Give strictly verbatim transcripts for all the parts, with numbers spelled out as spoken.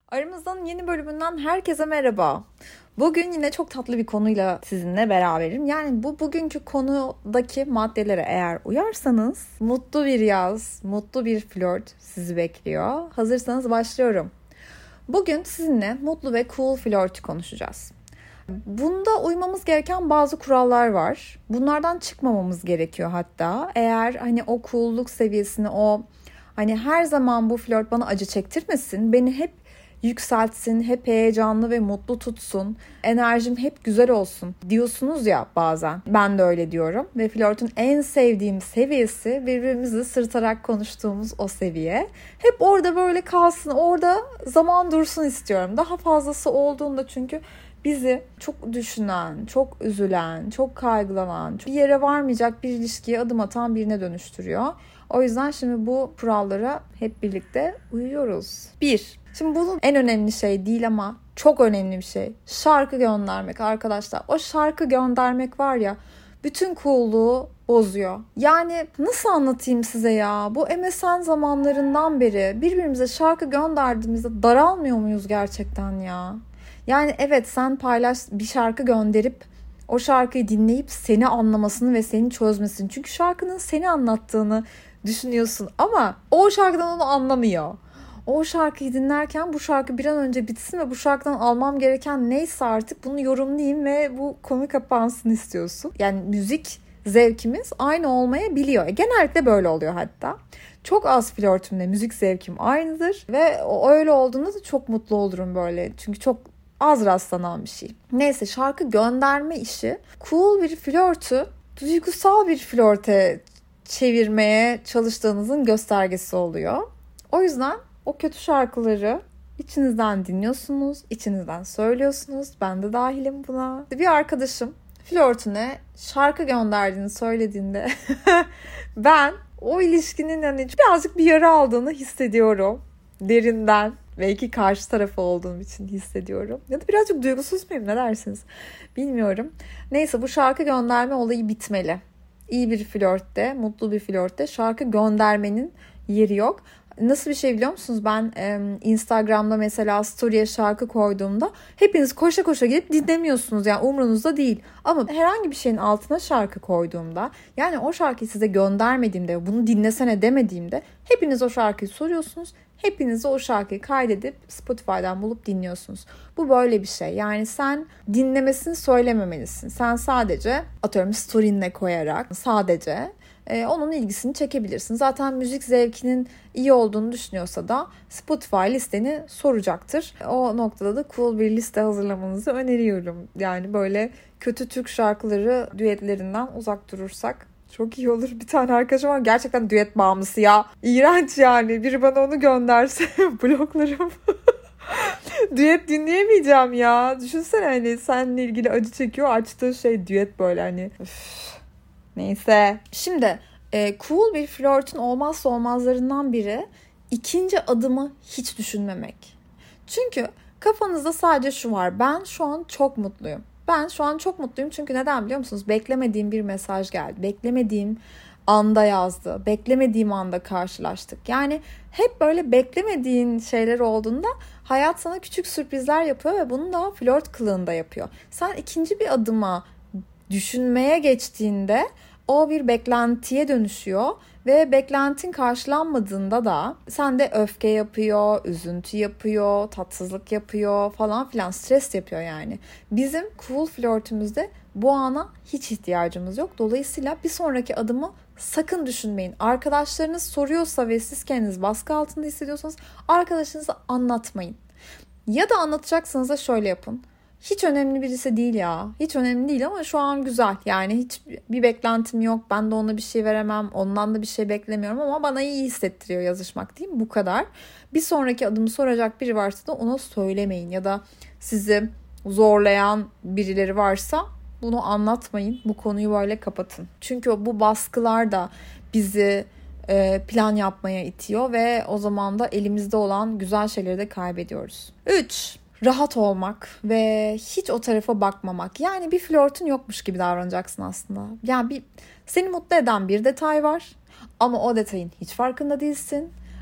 Aramızdan yeni bölümünden herkese merhaba. Bugün yine çok tatlı bir konuyla sizinle beraberim. Yani bu bugünkü konudaki maddelere eğer uyarsanız mutlu bir yaz, mutlu bir flört sizi bekliyor. Hazırsanız başlıyorum. Bugün sizinle mutlu ve cool flört konuşacağız. Bunda uymamız gereken bazı kurallar var. Bunlardan çıkmamamız gerekiyor hatta. Eğer hani o cool'luk seviyesini, o hani her zaman bu flört bana acı çektirmesin, beni hep yükseltsin, hep heyecanlı ve mutlu tutsun, enerjim hep güzel olsun diyorsunuz ya bazen. Ben de öyle diyorum ve flörtün en sevdiğim seviyesi birbirimizi sırtarak konuştuğumuz o seviye. Hep orada böyle kalsın, orada zaman dursun istiyorum. Daha fazlası olduğunda çünkü bizi çok düşünen, çok üzülen, çok kaygılanan, bir yere varmayacak bir ilişkiye adım atan birine dönüştürüyor. O yüzden şimdi bu kurallara hep birlikte uyuyoruz. Bir, şimdi bunun en önemli şey değil ama çok önemli bir şey. Şarkı göndermek arkadaşlar. O şarkı göndermek var ya, bütün cool'luğu bozuyor. Yani nasıl anlatayım size ya? Bu M S N zamanlarından beri birbirimize şarkı gönderdiğimizde daralmıyor muyuz gerçekten ya? Yani evet, sen paylaş, bir şarkı gönderip o şarkıyı dinleyip seni anlamasını ve seni çözmesini. Çünkü şarkının seni anlattığını düşünüyorsun ama o şarkıdan onu anlamıyor. O şarkıyı dinlerken bu şarkı bir an önce bitsin ve bu şarkıdan almam gereken neyse artık bunu yorumlayayım ve bu konu kapansın istiyorsun. Yani müzik zevkimiz aynı olmayabiliyor. E, genellikle böyle oluyor hatta. Çok az flörtümle müzik zevkim aynıdır ve öyle olduğunda da çok mutlu olurum böyle. Çünkü çok az rastlanan bir şey. Neyse, şarkı gönderme işi cool bir flörtü duygusal bir flörte çevirmeye çalıştığınızın göstergesi oluyor. O yüzden o kötü şarkıları içinizden dinliyorsunuz, içinizden söylüyorsunuz. Ben de dahilim buna. Bir arkadaşım flörtüne şarkı gönderdiğini söylediğinde ben o ilişkinin hani birazcık bir yara aldığını hissediyorum. Derinden. Belki karşı tarafı olduğum için hissediyorum. Ya da birazcık duygusuz muyum, ne dersiniz? Bilmiyorum. Neyse, bu şarkı gönderme olayı bitmeli. İyi bir flörtte, mutlu bir flörtte şarkı göndermenin yeri yok. Nasıl bir şey biliyor musunuz? Ben e, Instagram'da mesela story'e şarkı koyduğumda hepiniz koşa koşa gidip dinlemiyorsunuz. Yani umrunuzda değil. Ama herhangi bir şeyin altına şarkı koyduğumda, yani o şarkıyı size göndermediğimde, bunu dinlesene demediğimde hepiniz o şarkıyı soruyorsunuz. Hepiniz o şarkıyı kaydedip Spotify'dan bulup dinliyorsunuz. Bu böyle bir şey. Yani sen dinlemesini söylememelisin. Sen sadece atıyorum story'ine koyarak sadece e, onun ilgisini çekebilirsin. Zaten müzik zevkinin iyi olduğunu düşünüyorsa da Spotify listeni soracaktır. O noktada da cool bir liste hazırlamanızı öneriyorum. Yani böyle kötü Türk şarkıları düetlerinden uzak durursak çok iyi olur. Bir tane arkadaşım var, gerçekten düet bağımlısı ya. İğrenç yani. Biri bana onu gönderse bloklarım. Düet dinleyemeyeceğim ya. Düşünsene, hani seninle ilgili acı çekiyor. Açtığı şey düet böyle hani. Üf. Neyse. Şimdi e, cool bir flörtün olmazsa olmazlarından biri ikinci adımı hiç düşünmemek. Çünkü kafanızda sadece şu var. Ben şu an çok mutluyum. Ben şu an çok mutluyum çünkü neden biliyor musunuz? Beklemediğim bir mesaj geldi. Beklemediğim anda yazdı. Beklemediğim anda karşılaştık. Yani hep böyle beklemediğin şeyler olduğunda hayat sana küçük sürprizler yapıyor ve bunu da flört kılığında yapıyor. Sen ikinci bir adıma düşünmeye geçtiğinde o bir beklentiye dönüşüyor ve beklentin karşılanmadığında da sende öfke yapıyor, üzüntü yapıyor, tatsızlık yapıyor falan filan, stres yapıyor yani. Bizim cool flörtümüzde bu ana hiç ihtiyacımız yok. Dolayısıyla bir sonraki adımı sakın düşünmeyin. Arkadaşlarınız soruyorsa ve siz kendiniz baskı altında hissediyorsanız arkadaşınıza anlatmayın. Ya da anlatacaksanız da şöyle yapın. Hiç önemli birisi değil ya. Hiç önemli değil ama şu an güzel. Yani hiç bir beklentim yok. Ben de ona bir şey veremem. Ondan da bir şey beklemiyorum ama bana iyi hissettiriyor yazışmak, değil mi? Bu kadar. Bir sonraki adımı soracak biri varsa da ona söylemeyin. Ya da sizi zorlayan birileri varsa bunu anlatmayın. Bu konuyu böyle kapatın. Çünkü bu baskılar da bizi plan yapmaya itiyor ve o zaman da elimizde olan güzel şeyleri de kaybediyoruz. üç. Rahat olmak ve hiç o tarafa bakmamak. Yani bir flörtün yokmuş gibi davranacaksın aslında. Yani bir seni mutlu eden bir detay var ama o detayın hiç farkında değilsin.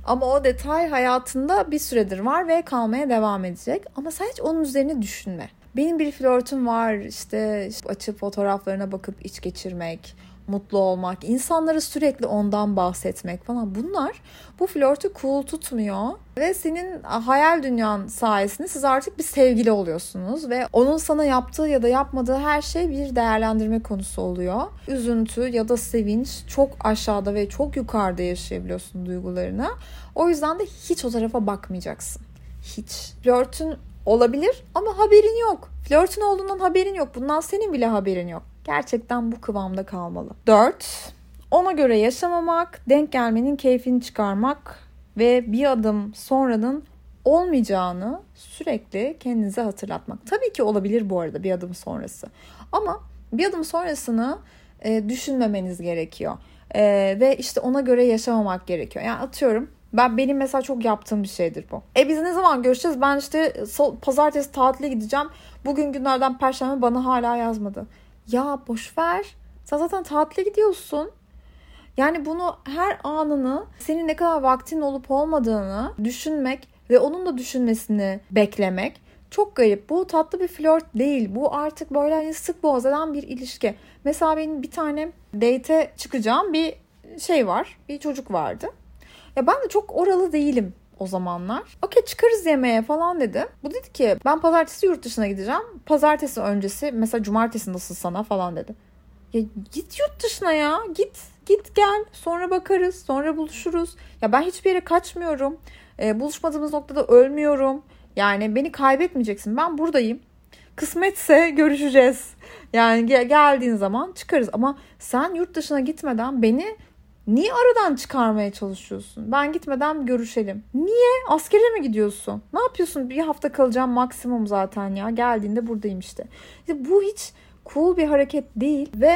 Ama o detay hayatında bir süredir var ve kalmaya devam edecek. Ama sen hiç onun üzerine düşünme. Benim bir flörtüm var, işte, işte açıp fotoğraflarına bakıp iç geçirmek, mutlu olmak, insanlara sürekli ondan bahsetmek falan, bunlar bu flörtü cool tutmuyor. Ve senin hayal dünyan sayesinde siz artık bir sevgili oluyorsunuz ve onun sana yaptığı ya da yapmadığı her şey bir değerlendirme konusu oluyor. Üzüntü ya da sevinç, çok aşağıda ve çok yukarıda yaşayabiliyorsun duygularını. O yüzden de hiç o tarafa bakmayacaksın. Hiç. Flörtün olabilir ama haberin yok. Flörtün olduğundan haberin yok. Bundan senin bile haberin yok. Gerçekten bu kıvamda kalmalı. dört. Ona göre yaşamamak, denk gelmenin keyfini çıkarmak ve bir adım sonranın olmayacağını sürekli kendinize hatırlatmak. Tabii ki olabilir bu arada bir adım sonrası. Ama bir adım sonrasını e, düşünmemeniz gerekiyor. E, ve işte ona göre yaşamamak gerekiyor. Yani atıyorum, ben benim mesela çok yaptığım bir şeydir bu. E biz ne zaman görüşeceğiz? Ben işte pazartesi tatile gideceğim. Bugün günlerden perşembe, bana hala yazmadı. Ya boşver. Sen zaten tatile gidiyorsun. Yani bunu, her anını, senin ne kadar vaktin olup olmadığını düşünmek ve onun da düşünmesini beklemek çok garip. Bu tatlı bir flört değil. Bu artık böyle hani sık boğaz eden bir ilişki. Mesela benim bir tane date'e çıkacağım bir şey var. Bir çocuk vardı. Ya ben de çok oralı değilim o zamanlar. Okey, çıkarız yemeğe falan dedi. Bu dedi ki ben pazartesi yurt dışına gideceğim. Pazartesi öncesi mesela cumartesi nasıl sana falan dedi. Ya git yurt dışına ya. Git git gel. Sonra bakarız. Sonra buluşuruz. Ya ben hiçbir yere kaçmıyorum. Ee, buluşmadığımız noktada ölmüyorum. Yani beni kaybetmeyeceksin. Ben buradayım. Kısmetse görüşeceğiz. Yani gel- geldiğin zaman çıkarız. Ama sen yurt dışına gitmeden beni niye aradan çıkarmaya çalışıyorsun? Ben gitmeden görüşelim. Niye? Askere mi gidiyorsun? Ne yapıyorsun? Bir hafta kalacağım maksimum zaten ya. Geldiğinde buradayım işte. İşte bu hiç cool bir hareket değil ve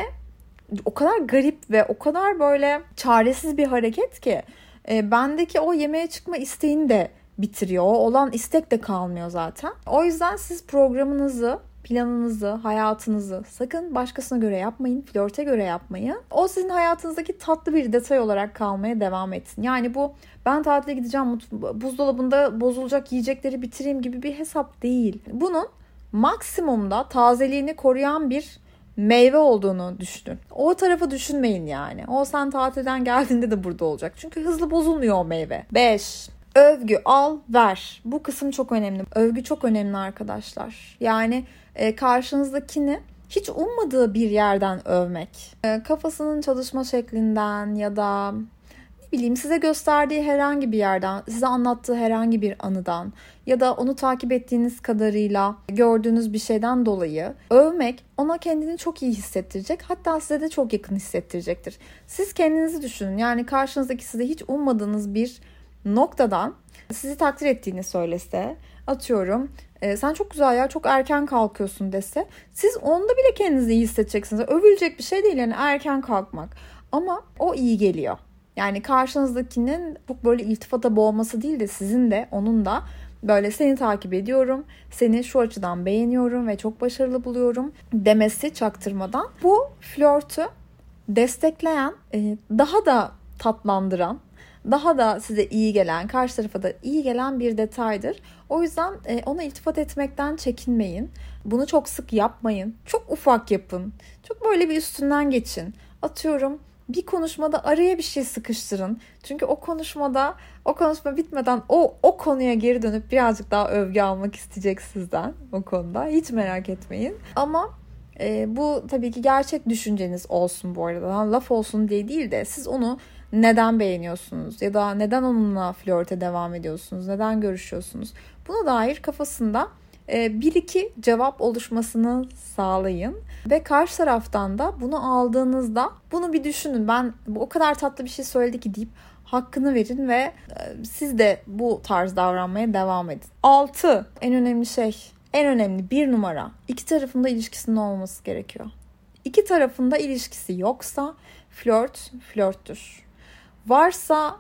o kadar garip ve o kadar böyle çaresiz bir hareket ki e, bendeki o yemeğe çıkma isteğini de bitiriyor. O olan istek de kalmıyor zaten. O yüzden siz programınızı, planınızı, hayatınızı sakın başkasına göre yapmayın, flörte göre yapmayın. O sizin hayatınızdaki tatlı bir detay olarak kalmaya devam etsin. Yani bu ben tatile gideceğim, buzdolabında bozulacak yiyecekleri bitireyim gibi bir hesap değil. Bunun maksimumda tazeliğini koruyan bir meyve olduğunu düşünün. O tarafı düşünmeyin yani. O sen tatilden geldiğinde de burada olacak. Çünkü hızlı bozulmuyor o meyve. beş. Övgü al ver. Bu kısım çok önemli. Övgü çok önemli arkadaşlar. Yani e, karşınızdakini hiç ummadığı bir yerden övmek. E, kafasının çalışma şeklinden ya da ne bileyim size gösterdiği herhangi bir yerden, size anlattığı herhangi bir anıdan ya da onu takip ettiğiniz kadarıyla gördüğünüz bir şeyden dolayı övmek ona kendini çok iyi hissettirecek. Hatta size de çok yakın hissettirecektir. Siz kendinizi düşünün. Yani karşınızdaki size hiç ummadığınız bir noktadan sizi takdir ettiğini söylese, atıyorum e, sen çok güzel ya, çok erken kalkıyorsun dese, siz onda bile kendinizi iyi hissedeceksiniz. Övülecek bir şey değil yani erken kalkmak. Ama o iyi geliyor. Yani karşınızdakinin çok böyle iltifata boğması değil de sizin de onun da böyle seni takip ediyorum, seni şu açıdan beğeniyorum ve çok başarılı buluyorum demesi çaktırmadan, bu flörtü destekleyen, daha da tatlandıran, daha da size iyi gelen, karşı tarafa da iyi gelen bir detaydır. O yüzden ona iltifat etmekten çekinmeyin. Bunu çok sık yapmayın. Çok ufak yapın. Çok böyle bir üstünden geçin. Atıyorum bir konuşmada araya bir şey sıkıştırın. Çünkü o konuşmada, o konuşma bitmeden o o konuya geri dönüp birazcık daha övgü almak isteyecek sizden o konuda. Hiç merak etmeyin. Ama e, bu tabii ki gerçek düşünceniz olsun bu arada. Laf olsun diye değil de siz onu neden beğeniyorsunuz ya da neden onunla flörte devam ediyorsunuz, neden görüşüyorsunuz? Buna dair kafasında bir iki cevap oluşmasını sağlayın ve karşı taraftan da bunu aldığınızda bunu bir düşünün. Ben o kadar tatlı bir şey söyledi ki deyip hakkını verin ve siz de bu tarz davranmaya devam edin. altı. En önemli şey, en önemli bir numara. İki tarafında ilişkisinin olması gerekiyor. İki tarafında ilişkisi yoksa flört flörttür. Varsa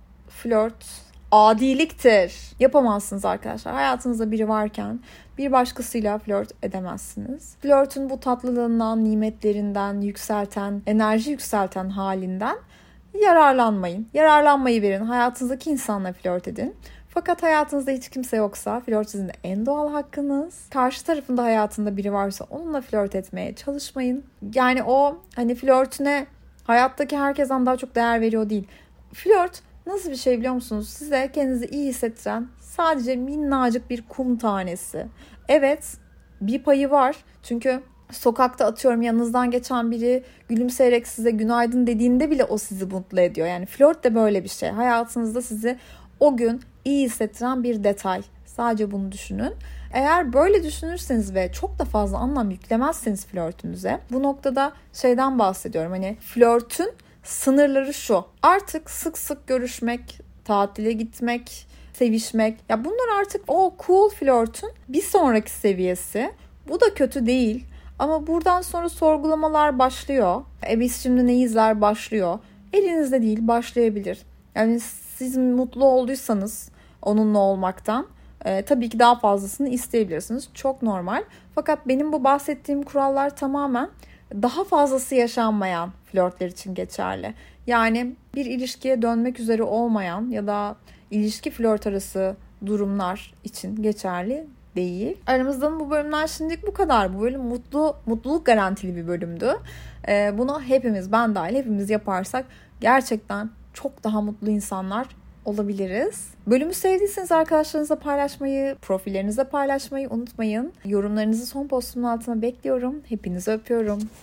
flört adiliktir. Yapamazsınız arkadaşlar. Hayatınızda biri varken bir başkasıyla flört edemezsiniz. Flörtün bu tatlılığından, nimetlerinden, yükselten, enerji yükselten halinden yararlanmayın. Yararlanmayı verin. Hayatınızdaki insanla flört edin. Fakat hayatınızda hiç kimse yoksa flört sizin en doğal hakkınız. Karşı tarafında hayatında biri varsa onunla flört etmeye çalışmayın. Yani o hani flörtüne hayattaki herkesten daha çok değer veriyor değil. Flört nasıl bir şey biliyor musunuz? Size kendinizi iyi hissettiren sadece minnacık bir kum tanesi. Evet, bir payı var. Çünkü sokakta atıyorum yanınızdan geçen biri gülümseyerek size günaydın dediğinde bile o sizi mutlu ediyor. Yani flört de böyle bir şey. Hayatınızda sizi o gün iyi hissettiren bir detay. Sadece bunu düşünün. Eğer böyle düşünürseniz ve çok da fazla anlam yüklemezseniz flörtünüze, bu noktada şeyden bahsediyorum. Hani flörtün sınırları şu. Artık sık sık görüşmek, tatile gitmek, sevişmek. Ya bunlar artık o cool flörtün bir sonraki seviyesi. Bu da kötü değil. Ama buradan sonra sorgulamalar başlıyor. E biz şimdi ne izler başlıyor. Elinizde değil, başlayabilir. Yani siz mutlu olduysanız onunla olmaktan e, tabii ki daha fazlasını isteyebilirsiniz. Çok normal. Fakat benim bu bahsettiğim kurallar tamamen daha fazlası yaşanmayan flörtler için geçerli. Yani bir ilişkiye dönmek üzere olmayan ya da ilişki flört arası durumlar için geçerli değil. Aramızdan bu bölümler şimdilik bu kadar. Bu bölüm mutlu, mutluluk garantili bir bölümdü. Ee, bunu hepimiz, ben dahil hepimiz yaparsak gerçekten çok daha mutlu insanlar olabiliriz. Bölümü sevdiyseniz arkadaşlarınızla paylaşmayı, profillerinizde paylaşmayı unutmayın. Yorumlarınızı son postumun altına bekliyorum. Hepinizi öpüyorum.